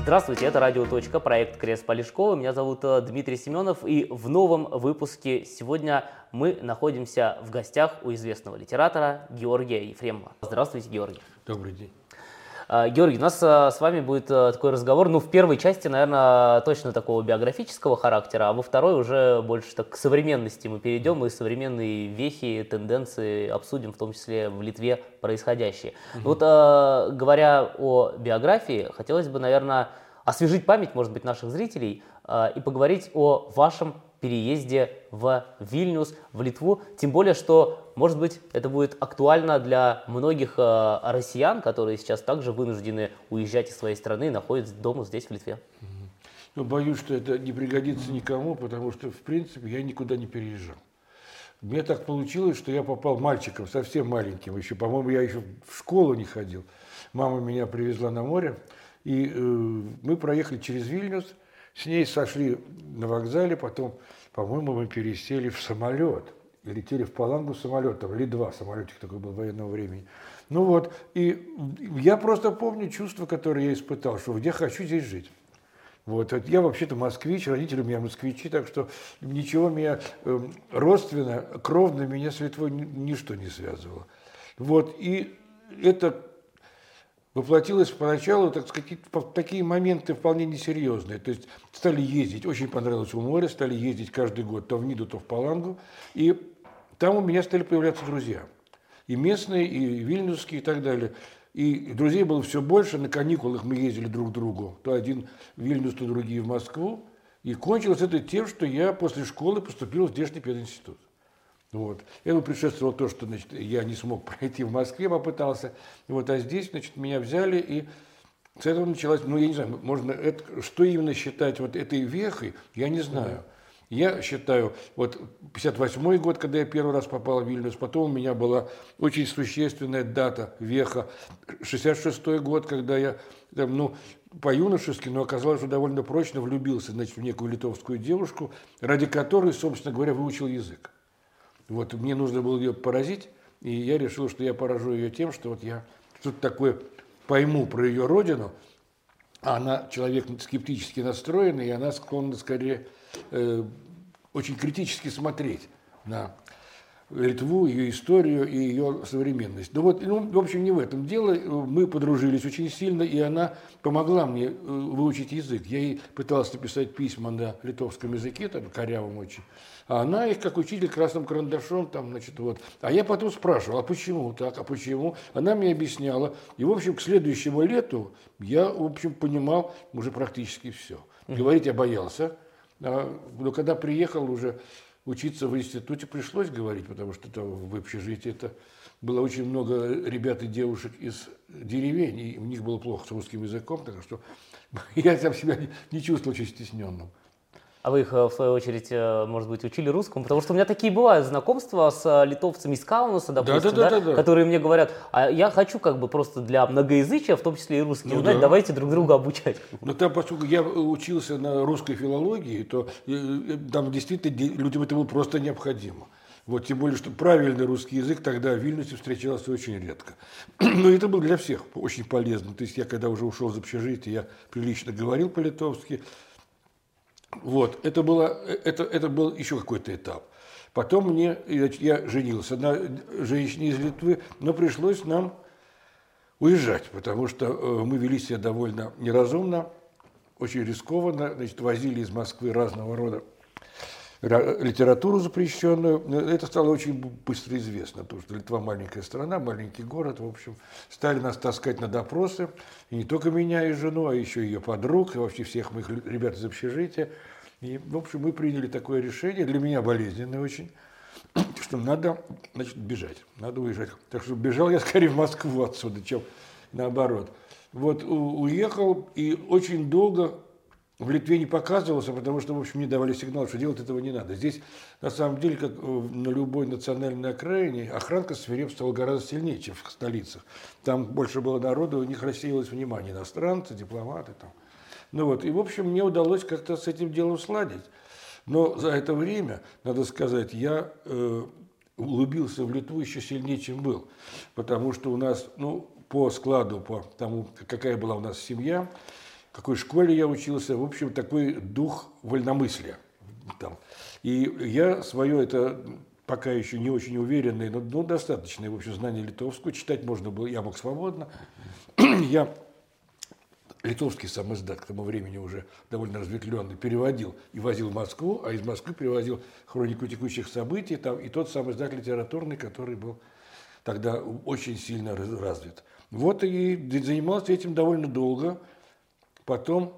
Здравствуйте, это Радио Точка, проект Крест Полешкова. Меня зовут Дмитрий Семенов, и в новом выпуске сегодня мы находимся в гостях у известного литератора Георгия Ефремова. Здравствуйте, Георгий. Добрый день. Георгий, у нас с вами будет такой разговор, в первой части, наверное, точно такого биографического характера, а во второй уже больше так к современности мы перейдем и современные вехи, тенденции обсудим, в том числе в Литве происходящие. Говоря о биографии, хотелось бы, наверное, освежить память, может быть, наших зрителей и поговорить о вашем переезде в Вильнюс, в Литву, тем более, что, может быть, это будет актуально для многих россиян, которые сейчас также вынуждены уезжать из своей страны и находятся дома здесь, в Литве. Боюсь, что это не пригодится никому, потому что, в принципе, я никуда не переезжал. Мне так получилось, что я попал мальчиком, совсем маленьким еще. По-моему, я еще в школу не ходил. Мама меня привезла на море, и мы проехали через Вильнюс. С ней сошли на вокзале, потом, по-моему, мы пересели в самолет. И летели в Палангу самолетом, или два самолетика такой был военного времени. И я просто помню чувство, которое я испытал, что где хочу, здесь жить. Я вообще-то москвич, родители у меня москвичи, так что ничего меня родственно, кровно меня с Литвой ничто не связывало. И это воплотилось поначалу, так сказать, такие моменты вполне несерьезные. То есть стали ездить, очень понравилось у моря, стали ездить каждый год то в Ниду, то в Палангу. И там у меня стали появляться друзья. И местные, и вильнюсские, и так далее. И друзей было все больше, на каникулах мы ездили друг к другу. То один в Вильнюс, то другие в Москву. И кончилось это тем, что я после школы поступил в здешний пединститут. Этому предшествовало то, что я не смог пройти в Москве, попытался. А здесь меня взяли, и с этого началось, я не знаю, что именно считать этой вехой, я не знаю. Я считаю, 58-й год, когда я первый раз попал в Вильнюс, потом у меня была очень существенная дата, веха, 66-й год, когда я, по-юношески, но оказалось, что довольно прочно влюбился, в некую литовскую девушку, ради которой, собственно говоря, выучил язык. Мне нужно было ее поразить, и я решил, что я поражу ее тем, что я что-то такое пойму про ее родину. Она человек скептически настроенный, и она склонна скорее очень критически смотреть на Литву, ее историю и ее современность. В общем, не в этом дело. Мы подружились очень сильно, и она помогла мне выучить язык. Я ей пытался написать письма на литовском языке, корявом очень. А она их, как учитель, красным карандашом, А я потом спрашивал, а почему так, а почему? Она мне объясняла. И, в общем, к следующему лету я, понимал уже практически все. Говорить я боялся. Но когда приехал уже учиться в институте, пришлось говорить, потому что в общежитии это было очень много ребят и девушек из деревень, и у них было плохо с русским языком, так что я там себя не чувствовал очень стесненным. А вы их, в свою очередь, может быть, учили русскому? Потому что у меня такие бывают знакомства с литовцами из Каунаса, допустим, да. Которые мне говорят, а я хочу просто для многоязычия, в том числе и русский знать, давайте друг друга обучать. Поскольку я учился на русской филологии, то там действительно людям это было просто необходимо. Тем более, что правильный русский язык тогда в Вильнюсе встречался очень редко. Но это было для всех очень полезно. То есть я, когда уже ушел из общежития, я прилично говорил по-литовски. Это был еще какой-то этап. Потом я женился на женщине из Литвы, но пришлось нам уезжать, потому что мы вели себя довольно неразумно, очень рискованно, возили из Москвы разного рода литературу запрещенную. Это стало очень быстро известно, потому что Литва маленькая страна, маленький город, в общем. Стали нас таскать на допросы, и не только меня и жену, а еще ее подруг, и вообще всех моих ребят из общежития. И, в общем, мы приняли такое решение, для меня болезненное очень, что надо, бежать, надо уезжать. Так что бежал я скорее в Москву отсюда, чем наоборот. Уехал и очень долго в Литве не показывался, потому что, в общем, мне давали сигнал, что делать этого не надо. Здесь, на самом деле, как на любой национальной окраине, охранка свирепствовала гораздо сильнее, чем в столицах. Там больше было народу, у них рассеялось внимание, иностранцы, дипломаты. И, в общем, мне удалось как-то с этим делом сладить. Но за это время, надо сказать, я углубился в Литву еще сильнее, чем был. Потому что у нас, по складу, по тому, какая была у нас семья, в какой школе я учился, в общем, такой дух вольномыслия там. И я свое это пока еще не очень уверенное, но достаточное, в общем, знание литовского, читать можно было, я мог свободно. Я литовский сам издат к тому времени уже довольно разветвленный, переводил и возил в Москву, а из Москвы перевозил хронику текущих событий, там, и тот сам издат литературный, который был тогда очень сильно развит. Вот и занимался этим довольно долго. Потом,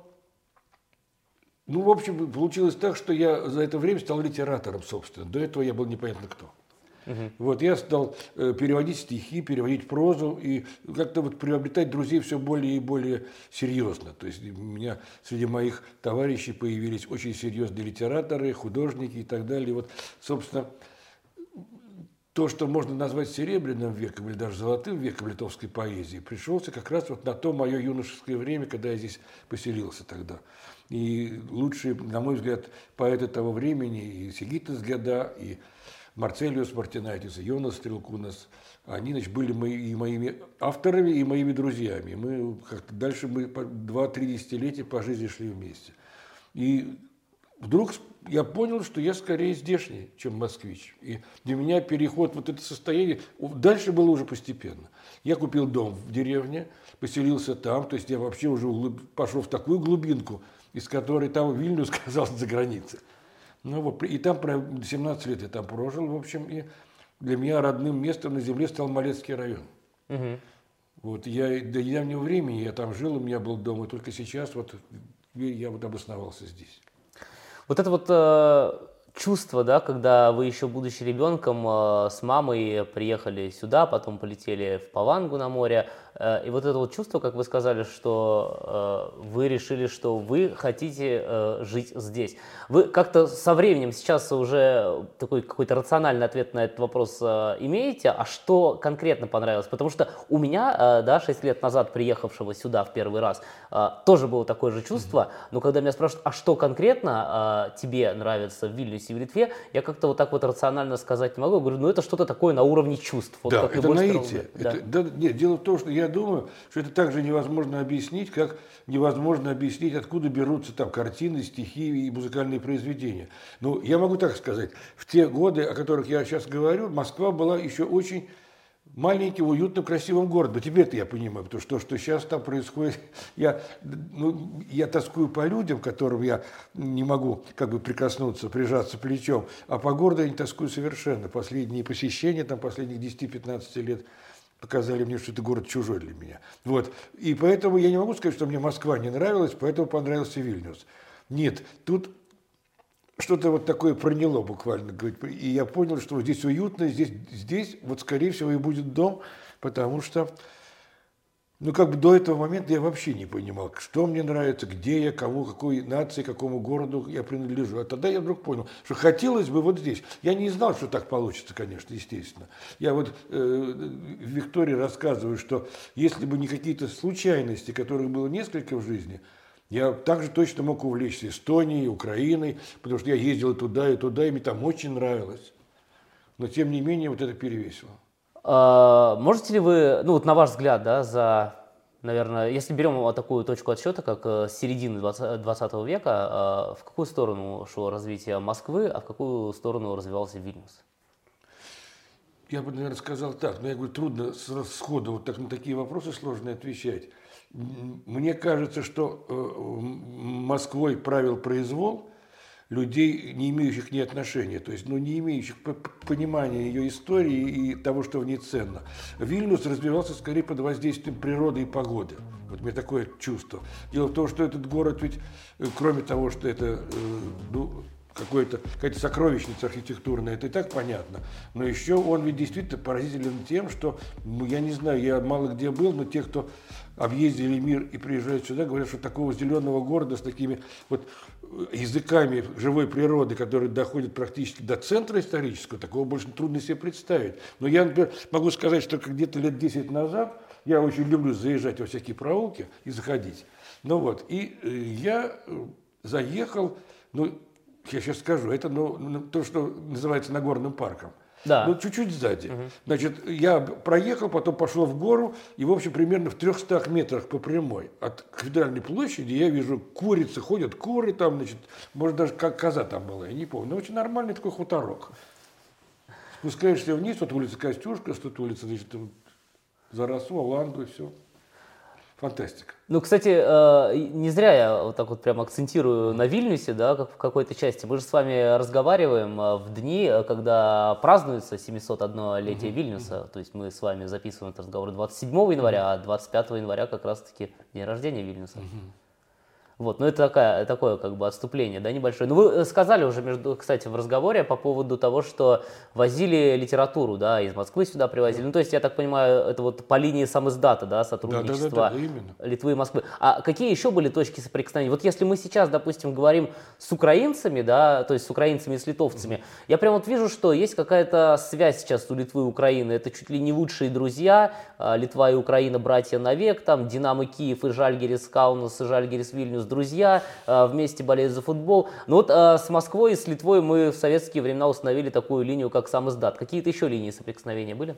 ну, в общем, получилось так, что я за это время стал литератором, собственно. До этого я был непонятно кто. Вот я стал переводить стихи, переводить прозу и как-то вот приобретать друзей все более и более серьезно. То есть у меня среди моих товарищей появились очень серьезные литераторы, художники и так далее. Вот, собственно, то, что можно назвать серебряным веком или даже золотым веком литовской поэзии, пришелся как раз вот на то мое юношеское время, когда я здесь поселился тогда. И лучшие, на мой взгляд, поэты того времени, и Сигитас Геда, и Марцелиус Мартинайтис, и Йонас Стрелкунас, они, значит, были моими авторами и моими друзьями. Мы как-то дальше 2-3 десятилетия по жизни шли вместе. И вдруг я понял, что я скорее здешний, чем москвич. И для меня переход, вот это состояние, дальше было уже постепенно. Я купил дом в деревне, поселился там, то есть я вообще уже пошел в такую глубинку, из которой там Вильнюс казался за границей. Ну вот, и там 17 лет я там прожил, в общем, и для меня родным местом на земле стал Малецкий район. Вот, я до недавнего времени я там жил, у меня был дом, и только сейчас вот я вот обосновался здесь. Вот это вот чувство, да, когда вы еще будучи ребенком с мамой приехали сюда, потом полетели в Палангу на море, и вот это вот чувство, как вы сказали, что вы решили, что вы хотите жить здесь. Вы как-то со временем сейчас уже такой какой-то рациональный ответ на этот вопрос имеете, а что конкретно понравилось? Потому что у меня, да, 6 лет назад приехавшего сюда в первый раз, тоже было такое же чувство, но когда меня спрашивают, а что конкретно тебе нравится в Вильнюсе и в Литве, я как-то вот так вот рационально сказать не могу. Я говорю, ну это что-то такое на уровне чувств. Вот да, как это наитие. Нет, дело в том, что я думаю, что это также невозможно объяснить, как невозможно объяснить, откуда берутся там картины, стихи и музыкальные произведения. Ну, я могу так сказать, в те годы, о которых я сейчас говорю, Москва была еще очень маленьким, уютным, красивым городом. Теперь-то я понимаю, потому что сейчас там происходит, я тоскую по людям, которым я не могу как бы прикоснуться, прижаться плечом, а по городу я не тоскую совершенно. Последние посещения, там, последних 10-15 лет показали мне, что это город чужой для меня. Вот. И поэтому я не могу сказать, что мне Москва не нравилась, поэтому понравился Вильнюс. Нет, тут что-то вот такое проняло буквально. И я понял, что здесь уютно, здесь вот скорее всего и будет дом, потому что, ну как бы до этого момента я вообще не понимал, что мне нравится, где я, кому, какой нации, какому городу я принадлежу. А тогда я вдруг понял, что хотелось бы вот здесь. Я не знал, что так получится, конечно, естественно. Я вот Виктории рассказываю, что если бы не какие-то случайности, которых было несколько в жизни, я также точно мог увлечься Эстонией, Украиной, потому что я ездил и туда, и мне там очень нравилось. Но тем не менее вот это перевесило. Можете ли вы, ну вот на ваш взгляд, да, наверное, если берем такую точку отсчета, как с середины 20 века, в какую сторону шло развитие Москвы, а в какую сторону развивался Вильнюс? Я бы, наверное, сказал так, но я говорю, трудно сходу вот так, на такие вопросы сложно отвечать. Мне кажется, что Москвой правил произвол людей, не имеющих к ней отношения, то есть не имеющих понимания ее истории и того, что в ней ценно. Вильнюс развивался скорее под воздействием природы и погоды. Вот у меня такое чувство. Дело в том, что этот город ведь, кроме того, что это какая-то сокровищница архитектурная, это и так понятно. Но еще он ведь действительно поразителен тем, что, я не знаю, я мало где был, но те, кто объездили мир и приезжают сюда, говорят, что такого зеленого города с такими вот языками живой природы, которые доходят практически до центра исторического, такого больше трудно себе представить. Но я, например, могу сказать, что где-то лет 10 назад я очень люблю заезжать во всякие проулки и заходить. Ну вот, и я заехал, я сейчас скажу, это то, что называется Нагорным парком. Да. Ну, чуть-чуть сзади. Значит, я проехал, потом пошел в гору, и, в общем, примерно в 300 метрах по прямой от Кафедральной площади я вижу, курицы ходят, куры там, значит, может, даже как коза там была, я не помню. Но очень нормальный такой хуторок. Спускаешься вниз, вот улица Костюшка, тут улица, значит, Заросу, Ланду, и все. Фантастика. Ну, кстати, не зря я вот так вот прям акцентирую на Вильнюсе, да, как в какой-то части. Мы же с вами разговариваем в дни, когда празднуется 701-летие Вильнюса. То есть мы с вами записываем этот разговор 27 января, а 25 января как раз-таки день рождения Вильнюса. Вот, ну это такое как бы отступление, да, небольшое. Ну вы сказали уже, кстати, в разговоре по поводу того, что возили литературу, да, из Москвы сюда привозили. Ну то есть, я так понимаю, это вот по линии самиздата, да, сотрудничества Литвы и Москвы. А какие еще были точки соприкосновения? Вот если мы сейчас, допустим, говорим с украинцами, да, то есть с украинцами и с литовцами, я прям вот вижу, что есть какая-то связь сейчас у Литвы и Украины. Это чуть ли не лучшие друзья, Литва и Украина братья навек, там Динамо Киев и Жальгирис Каунас, и Жальгирис Вильнюс друзья, вместе болеют за футбол. Но вот с Москвой и с Литвой мы в советские времена установили такую линию, как самиздат. Какие-то еще линии соприкосновения были?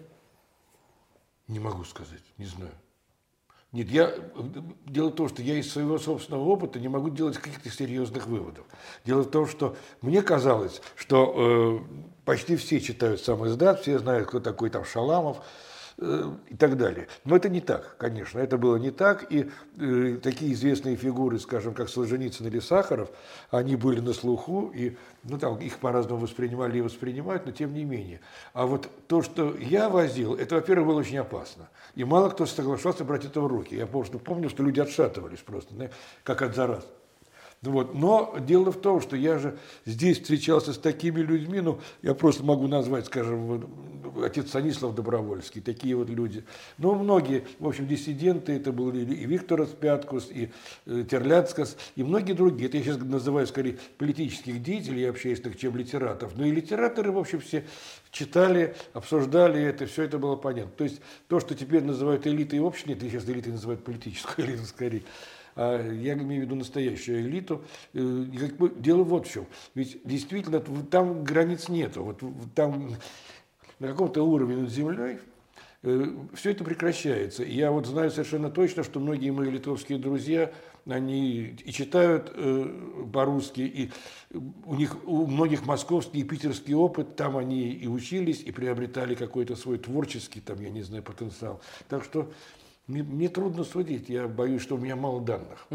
Не могу сказать, не знаю. Нет, дело в том, что я из своего собственного опыта не могу делать каких-то серьезных выводов. Дело в том, что мне казалось, что почти все читают самиздат, все знают, кто такой там Шаламов, и так далее. Но это не так, конечно, это было не так, и такие известные фигуры, скажем, как Солженицын или Сахаров, они были на слуху, и ну, там, их по-разному воспринимали и воспринимают, но тем не менее. А вот то, что я возил, это, во-первых, было очень опасно, и мало кто соглашался брать это в руки. Я помню, что люди отшатывались просто, как от зараз. Вот. Но дело в том, что я же здесь встречался с такими людьми, ну, я просто могу назвать, скажем, отец Станислав Добровольский, такие вот люди. Но многие, в общем, диссиденты, это были и Викторас Пяткус, и Терляцкас, и многие другие. Это я сейчас называю, скорее, политических деятелей общественных, чем литераторов. Но и литераторы, в общем, все читали, обсуждали это, все это было понятно. То есть то, что теперь называют элитой общества, это сейчас элитой называют политическую элиту, скорее. Я имею в виду настоящую элиту. Дело вот в чем. Ведь действительно там границ нету. Вот там на каком-то уровне над землей все это прекращается. И я вот знаю совершенно точно, что многие мои литовские друзья, они и читают по-русски, и у многих московский и питерский опыт, там они и учились, и приобретали какой-то свой творческий, там, я не знаю, потенциал. Так что мне трудно судить, я боюсь, что у меня мало данных.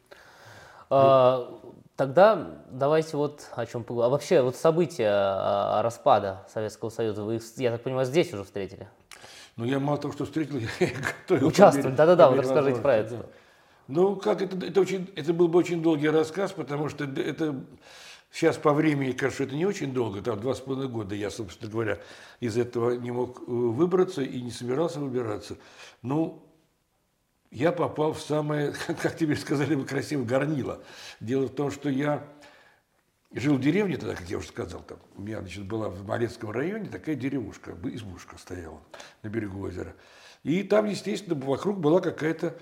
Тогда давайте вот о чем поговорим. А вообще вот события распада Советского Союза, вы, я так понимаю, здесь уже встретили? Ну, я мало того, что встретил, я готовил. Участвовали, да-да-да, вот расскажите про это. Да. Ну, как это был бы очень долгий рассказ, потому что это сейчас по времени, кажется, это не очень долго, там 2,5 года я, собственно говоря, из этого не мог выбраться и не собирался выбираться. Ну, я попал в самое, как тебе сказали бы красиво, горнило. Дело в том, что я жил в деревне тогда, как я уже сказал, там, у меня, значит, была в Малецком районе такая деревушка, избушка стояла на берегу озера. И там, естественно, вокруг была какая-то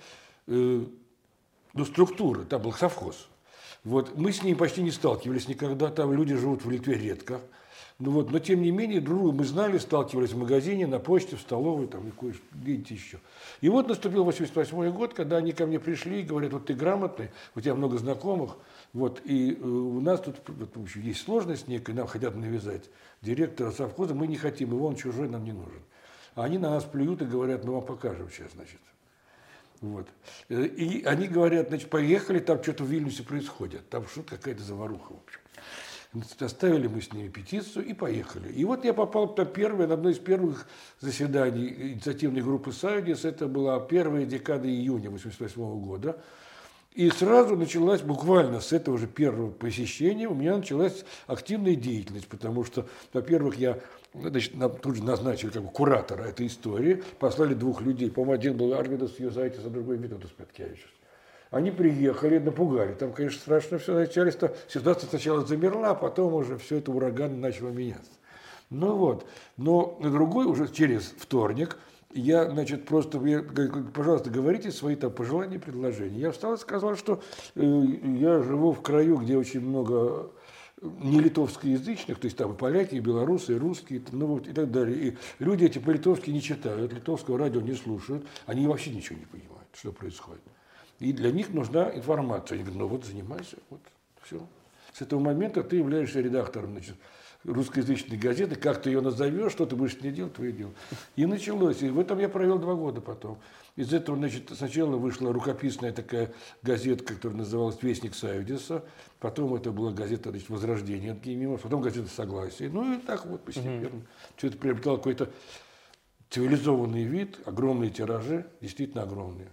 структура, там был совхоз. Вот. Мы с ней почти не сталкивались никогда, там люди живут в Литве редко. Ну вот, но тем не менее, друга мы знали, сталкивались в магазине, на почте, в столовой, там, где-нибудь еще. И вот наступил 88 год, когда они ко мне пришли и говорят, вот ты грамотный, у тебя много знакомых, вот, и у нас тут вот, есть сложность некая, нам хотят навязать директора совхоза, мы не хотим, его он чужой, нам не нужен. А они на нас плюют и говорят, мы вам покажем сейчас, значит. Вот. И они говорят, значит, поехали, там что-то в Вильнюсе происходит, там что-то какая-то заваруха, в общем. Оставили мы с ними петицию и поехали. И вот я попал на одно из первых заседаний инициативной группы «Сайдис». Это была первая декада июня 1988 года. И сразу началась, буквально с этого же первого посещения, у меня началась активная деятельность, потому что, во-первых, я, значит, тут же назначили как бы куратора этой истории, послали 2 людей, по-моему, один был Арвидас Юзайтис, а другой Витаутас Петкевичус. Они приехали, напугали. Там, конечно, страшно все началось. Ситуация сначала замерла, а потом уже все это ураган начало меняться. Ну вот. Но на другой, уже через вторник, я, значит, просто, пожалуйста, говорите свои там пожелания и предложения. Я встал и сказал, что я живу в краю, где очень много не литовскоязычных, то есть там и поляки, и белорусы, и русские, ну вот и так далее. И люди эти по-литовски не читают, литовского радио не слушают, они вообще ничего не понимают, что происходит. И для них нужна информация. Они говорят, ну вот занимайся, вот все. С этого момента ты являешься редактором, значит, русскоязычной газеты, как ты ее назовешь, что ты будешь с ней делать, твое дело. И началось. И в этом я провел 2 года потом. Из этого, значит, сначала вышла рукописная такая газета, которая называлась «Вестник Саюдиса», потом это была газета, значит, «Возрождение» от Геймимов, потом газета «Согласие». Ну и так вот постепенно. Все это приобретало какой-то цивилизованный вид, огромные тиражи, действительно огромные.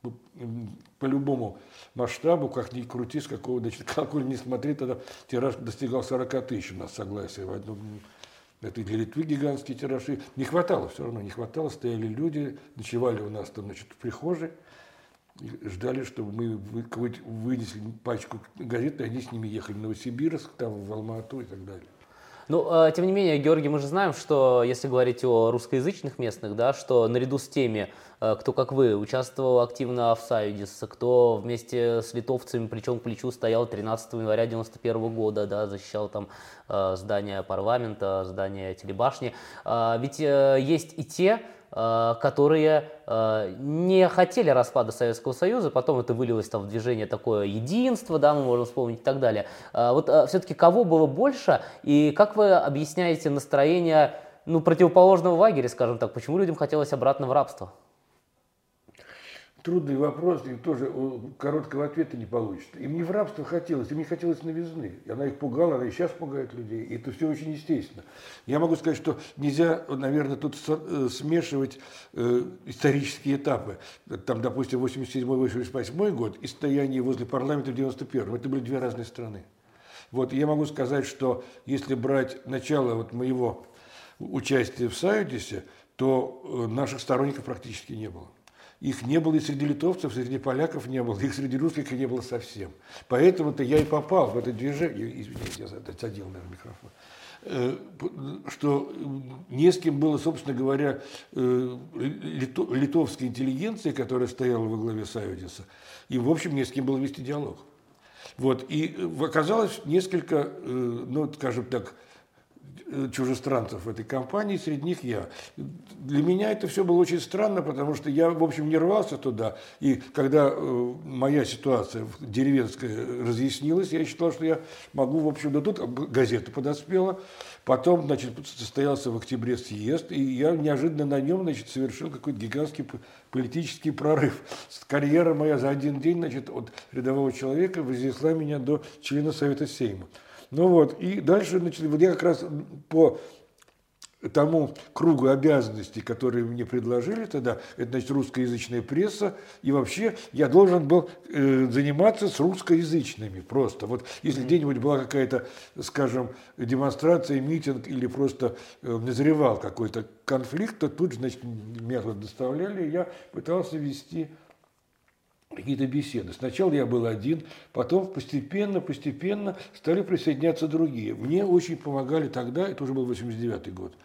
По любому масштабу, как ни крути, с какого, значит, какой ни смотри, тогда тираж достигал 40 тысяч у нас согласия. Это и для Литвы гигантские тиражи. Не хватало, все равно не хватало. Стояли люди, ночевали у нас там, значит, в прихожей, и ждали, чтобы мы вынесли пачку газет, и они с ними ехали в Новосибирск, там, в Алма-Ату и так далее. Ну, тем не менее, Георгий, мы же знаем, что если говорить о русскоязычных местных, да, что наряду с теми, кто, как вы, участвовал активно в Саюдис, кто вместе с литовцами плечом к плечу стоял 13 января 1991 года, да, защищал там здание парламента, здание телебашни, ведь есть и те, которые не хотели распада Советского Союза, потом это вылилось там в движение такое единство, да, мы можем вспомнить и так далее. Вот все-таки кого было больше, и как вы объясняете настроение, ну, противоположного лагеря, скажем так, почему людям хотелось обратно в рабство? Трудный вопрос, и тоже короткого ответа не получится. Им не в рабство хотелось, им не хотелось новизны. И она их пугала, она и сейчас пугает людей. И это все очень естественно. Я могу сказать, что нельзя, наверное, тут смешивать исторические этапы. Там, допустим, 87-88 год и стояние возле парламента в 91-м. Это были 2 разные страны. Вот, и я могу сказать, что если брать начало вот моего участия в Саюдисе, то наших сторонников практически не было. Их не было и среди литовцев, среди поляков не было, их среди русских не было совсем. Поэтому-то я и попал в это движение, извините, я отсадил, наверное, микрофон, что не с кем было, собственно говоря, литовской интеллигенции, которая стояла во главе Саюдиса, и, в общем, не с кем было вести диалог. Вот, и оказалось несколько, ну, скажем так, чужестранцев в этой компании, среди них я. Для меня это все было очень странно, потому что я, в общем, не рвался туда. И когда моя ситуация деревенская разъяснилась, я считал, что я могу, в общем, да тут газета подоспела. Потом, значит, состоялся в октябре съезд, и я неожиданно на нем, значит, совершил какой-то гигантский политический прорыв. Карьера моя за один день, значит, от рядового человека вознесла меня до члена Совета Сейма. Ну вот, и дальше, значит, вот я как раз по тому кругу обязанностей, которые мне предложили тогда, это, значит, русскоязычная пресса, и вообще я должен был заниматься с русскоязычными просто. Вот если где-нибудь была какая-то, скажем, демонстрация, митинг или просто назревал какой-то конфликт, то тут же, значит, меня доставляли, и я пытался вести какие-то беседы. Сначала я был один, потом постепенно стали присоединяться другие. Мне очень помогали тогда, это уже был 89-й год,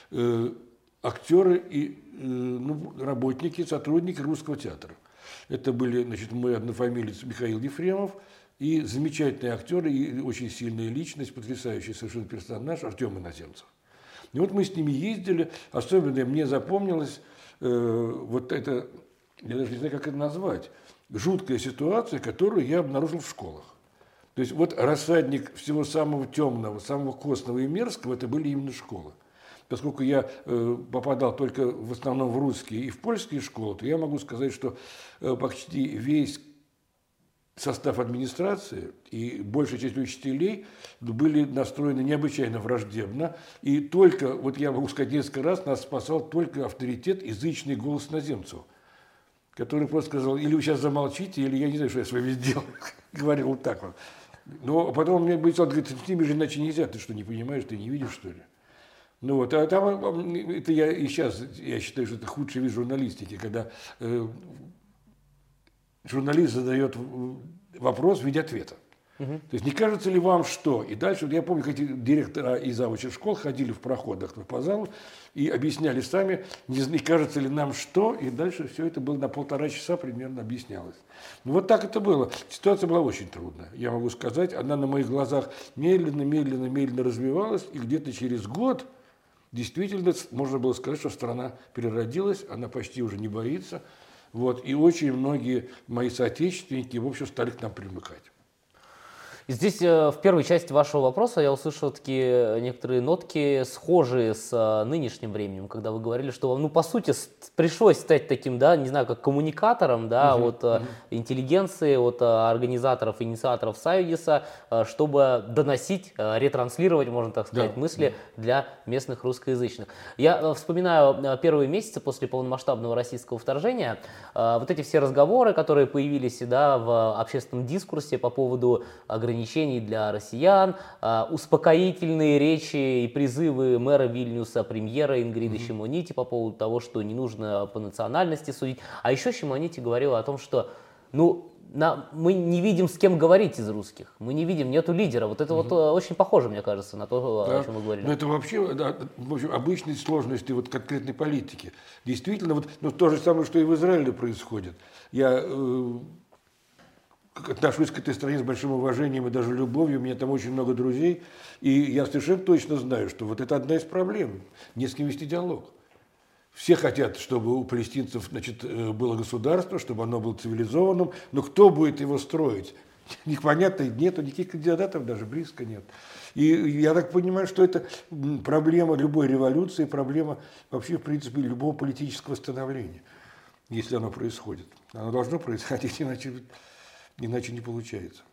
актеры и работники, сотрудники Русского театра. Это были, значит, мой однофамилец Михаил Ефремов и замечательные актеры, и очень сильная личность, потрясающий совершенно персонаж Артем Иноземцев. И вот мы с ними ездили, особенно мне запомнилось вот это, я даже не знаю, как это назвать, жуткая ситуация, которую я обнаружил в школах. То есть вот рассадник всего самого темного, самого костного и мерзкого, это были именно школы. Поскольку я попадал только в основном в русские и в польские школы, то я могу сказать, что почти весь состав администрации и большая часть учителей были настроены необычайно враждебно. И только, вот я могу сказать, несколько раз нас спасал только авторитет и зычный голос Иноземцева, который просто сказал, или вы сейчас замолчите, или я не знаю, что я с вами сделаю. Говорил вот так вот. Но потом он мне говорит, с ними же иначе нельзя, ты что, не понимаешь, ты не видишь, что ли? Ну вот, а там, это я и сейчас, я считаю, что это худший вид журналистики, когда журналист задает вопрос в виде ответа. То есть не кажется ли вам, что? И дальше, вот я помню, как эти директора и завучи школ ходили в проходах по залу и объясняли сами, не кажется ли нам что, и дальше все это было на 1,5 часа примерно объяснялось. Ну вот так это было. Ситуация была очень трудная, я могу сказать. Она на моих глазах медленно развивалась, и где-то через год действительно можно было сказать, что страна переродилась, она почти уже не боится. Вот, и очень многие мои соотечественники, в общем, стали к нам примыкать. И здесь в первой части вашего вопроса я услышал такие некоторые нотки, схожие с нынешним временем, когда вы говорили, что вам, ну, по сути, пришлось стать таким, да, не знаю, как коммуникатором, да, от интеллигенции, от организаторов, инициаторов Сайгиса, чтобы доносить, ретранслировать, можно так сказать, мысли для местных русскоязычных. Я вспоминаю первые месяцы после полномасштабного российского вторжения, вот эти все разговоры, которые появились, да, в общественном дискурсе по поводу ограничений для россиян, успокоительные речи и призывы мэра Вильнюса, премьера Ингриды Шимоняти по поводу того, что не нужно по национальности судить. А еще Шимоняти говорила о том, что мы не видим, с кем говорить из русских, мы не видим, нету лидера. Вот это вот очень похоже, мне кажется, на то, о чем вы говорили. Ну это вообще, да, в общем, обычные сложности вот конкретной политики. Действительно, вот, то же самое, что и в Израиле происходит. Я отношусь к этой стране с большим уважением и даже любовью, у меня там очень много друзей, и я совершенно точно знаю, что вот это одна из проблем, не с кем вести диалог. Все хотят, чтобы у палестинцев, значит, было государство, чтобы оно было цивилизованным, но кто будет его строить? Непонятно, нету никаких кандидатов, даже близко нет. И я так понимаю, что это проблема любой революции, проблема вообще, в принципе, любого политического становления, если оно происходит. Оно должно происходить, иначе не получается.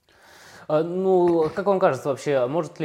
Ну, как вам кажется вообще, может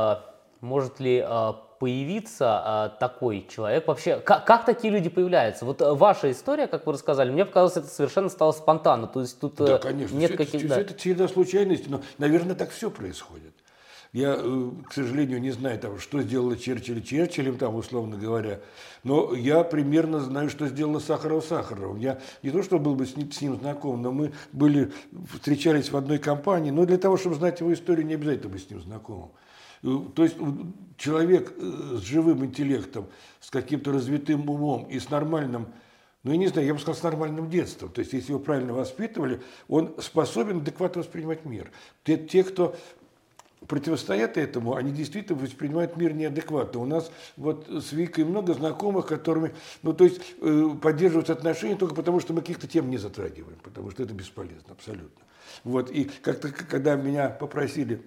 ли появиться такой человек вообще? Как такие люди появляются? Вот ваша история, как вы рассказали, мне показалось, это совершенно стало спонтанно. То есть тут да, конечно, нет каких-то... Это череда случайностей, но, наверное, так все происходит. Я, к сожалению, не знаю, там, что сделала Черчиллем, там, условно говоря, но я примерно знаю, что сделала Сахарова. Я не то, что был бы с ним знаком, но мы встречались в одной компании, но для того, чтобы знать его историю, не обязательно быть с ним знакомым. То есть человек с живым интеллектом, с каким-то развитым умом и с нормальным, ну, я не знаю, я бы сказал, с нормальным детством. То есть, если его правильно воспитывали, он способен адекватно воспринимать мир. Те, кто противостоят этому, они действительно воспринимают мир неадекватно. У нас вот с Викой много знакомых, которыми, поддерживают отношения только потому, что мы каких-то тем не затрагиваем, потому что это бесполезно абсолютно. Вот, и как-то, когда меня попросили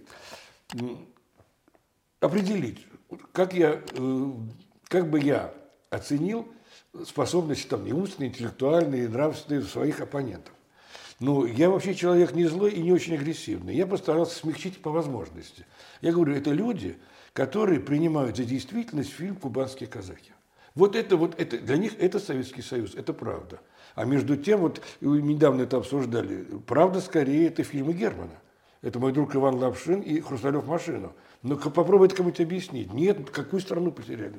определить, как бы я оценил способности там, и умственные, интеллектуальные, и нравственные своих оппонентов. Ну, я вообще человек не злой и не очень агрессивный. Я постарался смягчить по возможности. Я говорю, это люди, которые принимают за действительность фильм «Кубанские казахи». Вот это для них это Советский Союз, это правда. А между тем, вот недавно это обсуждали, правда скорее это фильмы Германа. Это мой друг Иван Лапшин и «Хрусталев машину». Но попробуй это кому-нибудь объяснить. Нет, какую страну потеряли?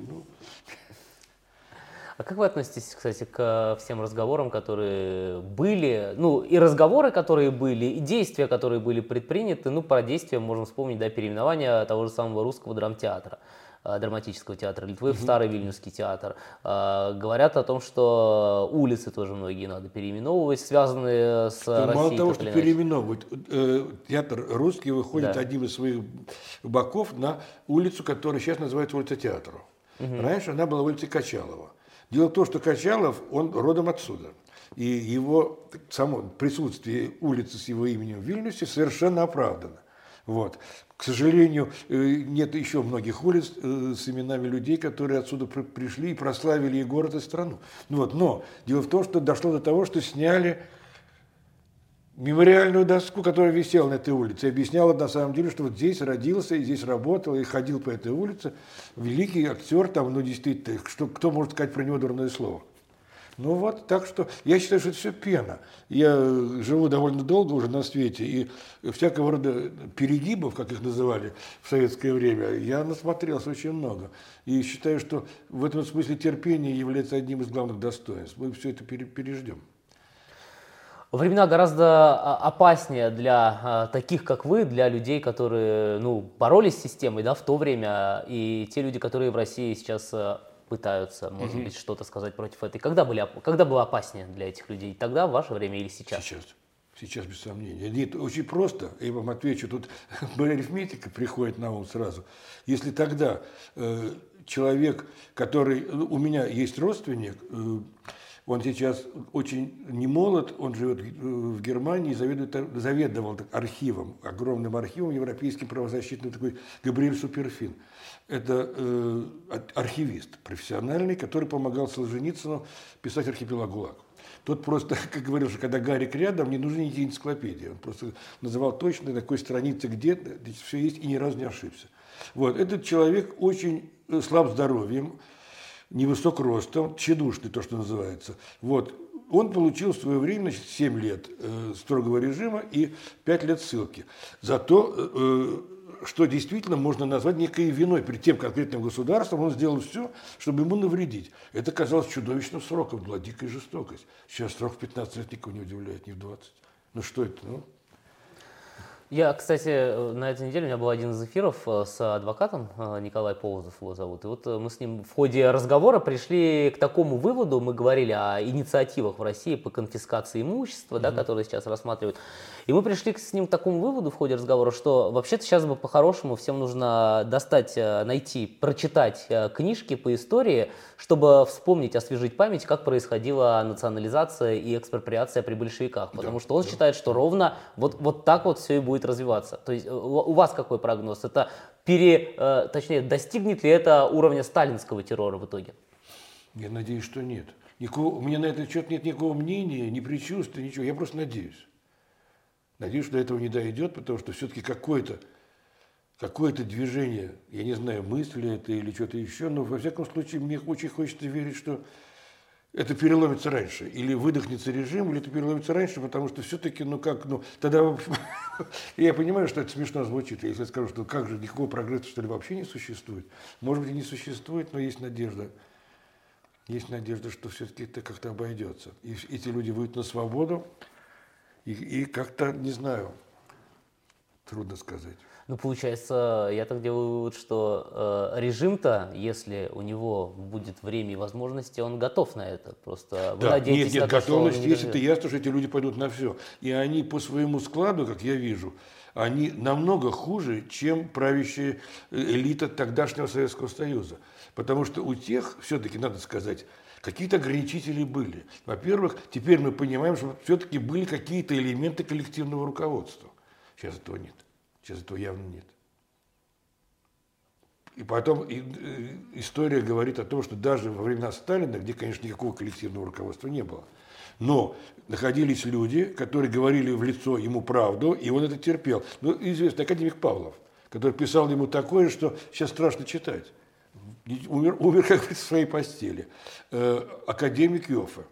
А как вы относитесь, кстати, к всем разговорам, которые были, и разговоры, которые были, и действия, которые были предприняты, про действия можем вспомнить, да, переименование того же самого русского драмтеатра, драматического театра Литвы в Старый Вильнюсский театр. Говорят о том, что улицы тоже многие надо переименовывать, связанные с Россией. Мало того, что переименовывать, театр русский выходит одним из своих боков на улицу, которая сейчас называется улица Театра. Раньше она была улицей Качалова. Дело в том, что Качалов, он родом отсюда. И его само присутствие улицы с его именем в Вильнюсе совершенно оправдано. Вот. К сожалению, нет еще многих улиц с именами людей, которые отсюда пришли и прославили и город, и страну. Но дело в том, что дошло до того, что сняли мемориальную доску, которая висела на этой улице, и объясняла на самом деле, что вот здесь родился, и здесь работал, и ходил по этой улице великий актер, там, действительно, кто может сказать про него дурное слово. Так что я считаю, что это все пена. Я живу довольно долго уже на свете, и всякого рода перегибов, как их называли в советское время, я насмотрелся очень много. И считаю, что в этом смысле терпение является одним из главных достоинств. Мы все это переждем. Времена гораздо опаснее для таких, как вы, для людей, которые, ну, боролись с системой, да, в то время, и те люди, которые в России сейчас пытаются, может быть, что-то сказать против этой. Когда было опаснее для этих людей? Тогда, в ваше время или сейчас? Сейчас. Сейчас, без сомнения. Нет, очень просто. Я вам отвечу. Тут арифметика приходит на ум сразу. Если тогда человек, который... У меня есть родственник, он сейчас очень не молод, он живет в Германии, заведовал архивом, огромным архивом европейским правозащитным, такой Габриэль Суперфин. Это архивист профессиональный, который помогал Солженицыну писать «Архипелаг ГУЛАГ». Тот просто, как говорил, что когда Гарик рядом, не нужны никакие энциклопедии. Он просто называл точно, на какой странице где здесь все есть, и ни разу не ошибся. Вот. Этот человек очень слаб здоровьем, невысок ростом, тщедушный, то, что называется. Вот. Он получил в свое время, значит, 7 лет строгого режима и 5 лет ссылки. Зато, что действительно можно назвать некой виной перед тем конкретным государством, он сделал все, чтобы ему навредить. Это казалось чудовищным сроком, была дикая жестокость. Сейчас срок в 15 лет никого не удивляет, не в 20. Ну что это? Ну? Я, кстати, на этой неделе у меня был один из эфиров с адвокатом, Николай Полозов его зовут, и вот мы с ним в ходе разговора пришли к такому выводу, мы говорили о инициативах в России по конфискации имущества, да, которые сейчас рассматривают, и мы пришли с ним к такому выводу в ходе разговора, что вообще-то сейчас бы по-хорошему всем нужно достать, найти, прочитать книжки по истории, чтобы вспомнить, освежить память, как происходила национализация и экспроприация при большевиках, потому что он считает, что ровно вот так вот все и будет развиваться. То есть у вас какой прогноз? Это точнее, достигнет ли это уровня сталинского террора в итоге? Я надеюсь, что нет. У меня на этот счет нет никакого мнения, ни предчувствия, ничего. Я просто надеюсь. Надеюсь, что до этого не дойдет, потому что все-таки какое-то движение, я не знаю, мысли это или что-то еще, но во всяком случае мне очень хочется верить, что это переломится раньше. Или выдохнется режим, или это переломится раньше, потому что все-таки, тогда я понимаю, что это смешно звучит. Если я скажу, что как же, никакого прогресса, что ли, вообще не существует. Может быть, и не существует, но есть надежда. Есть надежда, что все-таки это как-то обойдется. И эти люди выйдут на свободу, и как-то, не знаю, трудно сказать. Ну, получается, я так делаю вывод, что режим-то, если у него будет время и возможности, он готов на это. Просто вы надеетесь на то, готовность что он не есть, это ясно, что эти люди пойдут на все. И они по своему складу, как я вижу, они намного хуже, чем правящая элита тогдашнего Советского Союза. Потому что у тех, все-таки, надо сказать, какие-то ограничители были. Во-первых, теперь мы понимаем, что все-таки были какие-то элементы коллективного руководства. Сейчас этого нет. Сейчас этого явно нет. И потом история говорит о том, что даже во времена Сталина, где, конечно, никакого коллективного руководства не было, но находились люди, которые говорили в лицо ему правду, и он это терпел. Ну, известный академик Павлов, который писал ему такое, что сейчас страшно читать. Умер как бы в своей постели. Академик Йоффе.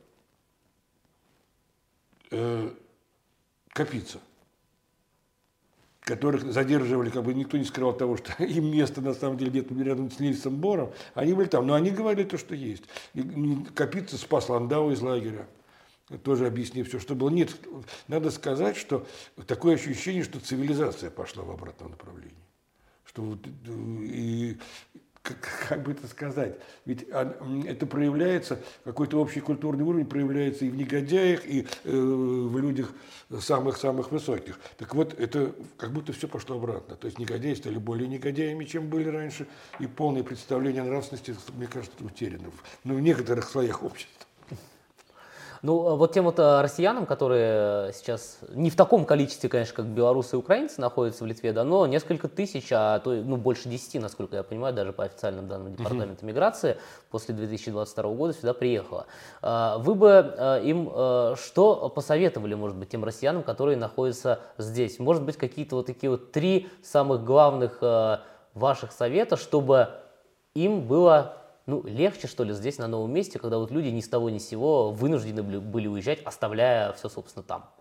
Капица, которых задерживали, как бы никто не скрывал того, что им место на самом деле где-то рядом с Нильсом Бором, они были там, но они говорили то, что есть. Капица спас Ландау из лагеря, тоже объяснив все, что было. Нет, надо сказать, что такое ощущение, что цивилизация пошла в обратном направлении. Что и как бы это сказать, ведь это проявляется, какой-то общий культурный уровень проявляется и в негодяях, и в людях самых-самых высоких. Так вот, это как будто все пошло обратно. То есть негодяи стали более негодяями, чем были раньше, и полное представление о нравственности, мне кажется, утеряно в некоторых слоях общества. Ну, вот тем вот россиянам, которые сейчас не в таком количестве, конечно, как белорусы и украинцы находятся в Литве, да, но несколько тысяч, а то больше 10, насколько я понимаю, даже по официальным данным Департамента миграции, после 2022 года сюда приехало. Вы бы им что посоветовали, может быть, тем россиянам, которые находятся здесь? Может быть, какие-то вот такие вот 3 самых главных ваших совета, чтобы им было легче, что ли, здесь, на новом месте, когда вот люди ни с того ни с сего вынуждены были уезжать, оставляя все, собственно, там?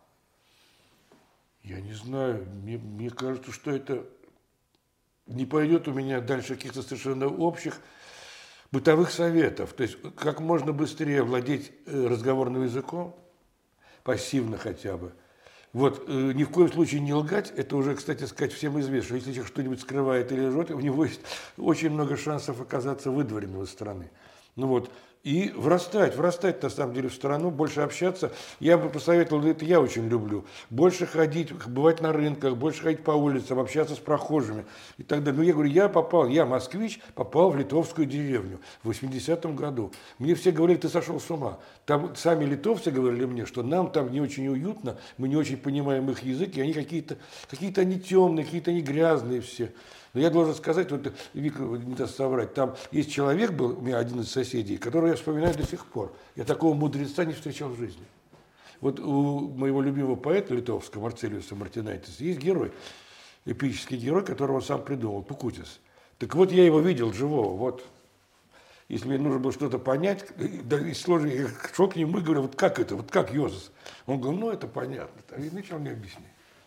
Я не знаю. Мне кажется, что это не пойдет у меня дальше каких-то совершенно общих бытовых советов. То есть, как можно быстрее владеть разговорным языком, пассивно хотя бы. Вот, ни в коем случае не лгать, это уже, кстати сказать, всем известно, что если человек что-нибудь скрывает или лжет, у него есть очень много шансов оказаться выдворенным из страны. Ну вот, и врастать на самом деле в страну, больше общаться. Я бы посоветовал, это я очень люблю, больше ходить, бывать на рынках, больше ходить по улицам, общаться с прохожими и так далее. Но я говорю, я москвич, попал в литовскую деревню в 80-м году. Мне все говорили, ты сошел с ума. Там сами литовцы говорили мне, что нам там не очень уютно, мы не очень понимаем их язык, и они какие-то они темные, какие-то они грязные все. Но я должен сказать, вот Вика не даст соврать, там есть человек был, у меня один из соседей, которого я вспоминаю до сих пор. Я такого мудреца не встречал в жизни. Вот у моего любимого поэта литовского, Марцелиуса Мартинайтиса, есть герой, эпический герой, которого он сам придумал, Пукутис. Так вот, я его видел живого, вот. Если мне нужно было что-то понять, да, сложно, я шел к нему и говорю, вот как это, вот как Йозеф? Он говорил, ну это понятно. И начал мне объяснять.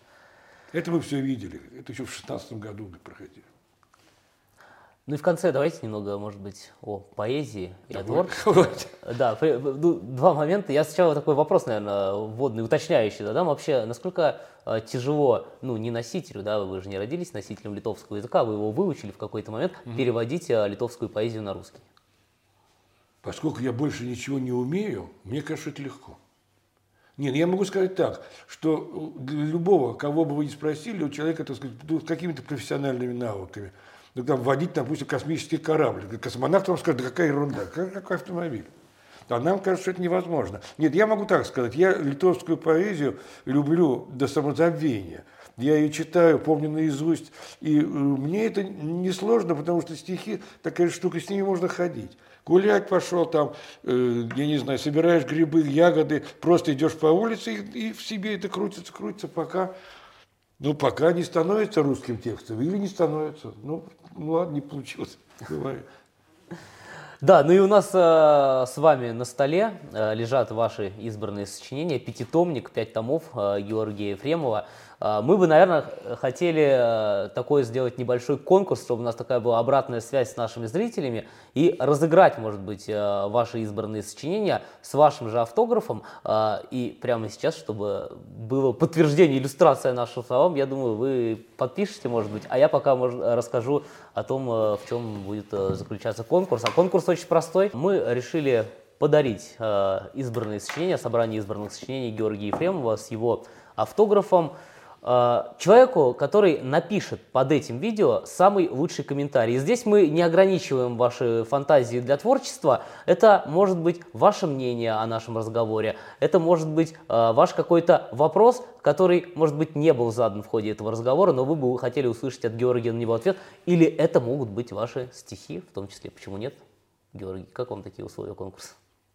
Это мы все видели. Это еще в 16-м году проходило. Ну и в конце давайте немного, может быть, о поэзии и о творчестве. Да, два момента. Я сначала такой вопрос, наверное, вводный, уточняющий задам. Вообще, насколько тяжело, ну, не носителю, да, вы же не родились носителем литовского языка, вы его выучили в какой-то момент, переводить литовскую поэзию на русский? Поскольку я больше ничего не умею, мне кажется, это легко. Нет, я могу сказать так, что для любого, кого бы вы ни спросили, у человека, так сказать, с какими-то профессиональными навыками, ну, там, водить, допустим, космический корабль, космонавт вам скажет, да какая ерунда, какой автомобиль. А нам кажется, что это невозможно. Нет, я могу так сказать, я литовскую поэзию люблю до самозабвения. Я ее читаю, помню наизусть, и мне это несложно, потому что стихи, такая штука, с ними можно ходить. Гулять пошел там, я не знаю, собираешь грибы, ягоды, просто идешь по улице, и в себе это крутится, пока не становится русским текстом, или не становится. Ну ладно, не получилось. Бывает. Да, ну и у нас с вами на столе лежат ваши избранные сочинения, пятитомник, 5 томов Георгия Ефремова. Мы бы, наверное, хотели такой сделать небольшой конкурс, чтобы у нас такая была обратная связь с нашими зрителями и разыграть, может быть, ваши избранные сочинения с вашим же автографом. И прямо сейчас, чтобы было подтверждение, иллюстрация нашим словам, я думаю, вы подпишете, может быть, а я пока расскажу о том, в чем будет заключаться конкурс. А конкурс очень простой. Мы решили подарить избранные сочинения, собрание избранных сочинений Георгия Ефремова с его автографом человеку, который напишет под этим видео самый лучший комментарий. И здесь мы не ограничиваем ваши фантазии для творчества. Это может быть ваше мнение о нашем разговоре. Это может быть ваш какой-то вопрос, который, может быть, не был задан в ходе этого разговора, но вы бы хотели услышать от Георгия на него ответ. Или это могут быть ваши стихи, в том числе. Почему нет? Георгий, как вам такие условия конкурса?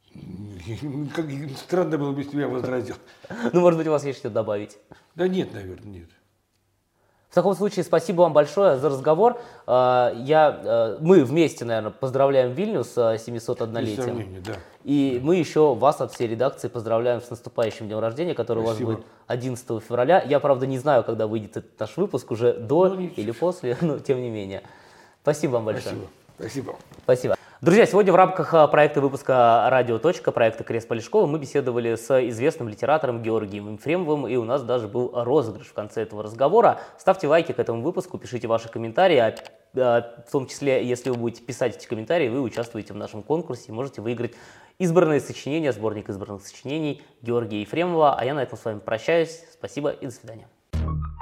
Странно было бы, если я возразил. Ну, может быть, у вас есть что добавить? Да нет, наверное, нет. В таком случае спасибо вам большое за разговор. Мы вместе, наверное, поздравляем Вильнюс с 701-летием. Да. И мы еще вас от всей редакции поздравляем с наступающим днем рождения, который Спасибо. у вас будет 11 февраля. Я, правда, не знаю, когда выйдет этот наш выпуск, уже до или после, но тем не менее. Спасибо вам большое. Спасибо. Спасибо. Друзья, сегодня в рамках проекта выпуска «Радио. проекта «Крест Полешкова» мы беседовали с известным литератором Георгием Ефремовым, и у нас даже был розыгрыш в конце этого разговора. Ставьте лайки к этому выпуску, пишите ваши комментарии, в том числе, если вы будете писать эти комментарии, вы участвуете в нашем конкурсе и можете выиграть избранные сочинения, сборник избранных сочинений Георгия Ефремова. А я на этом с вами прощаюсь. Спасибо и до свидания.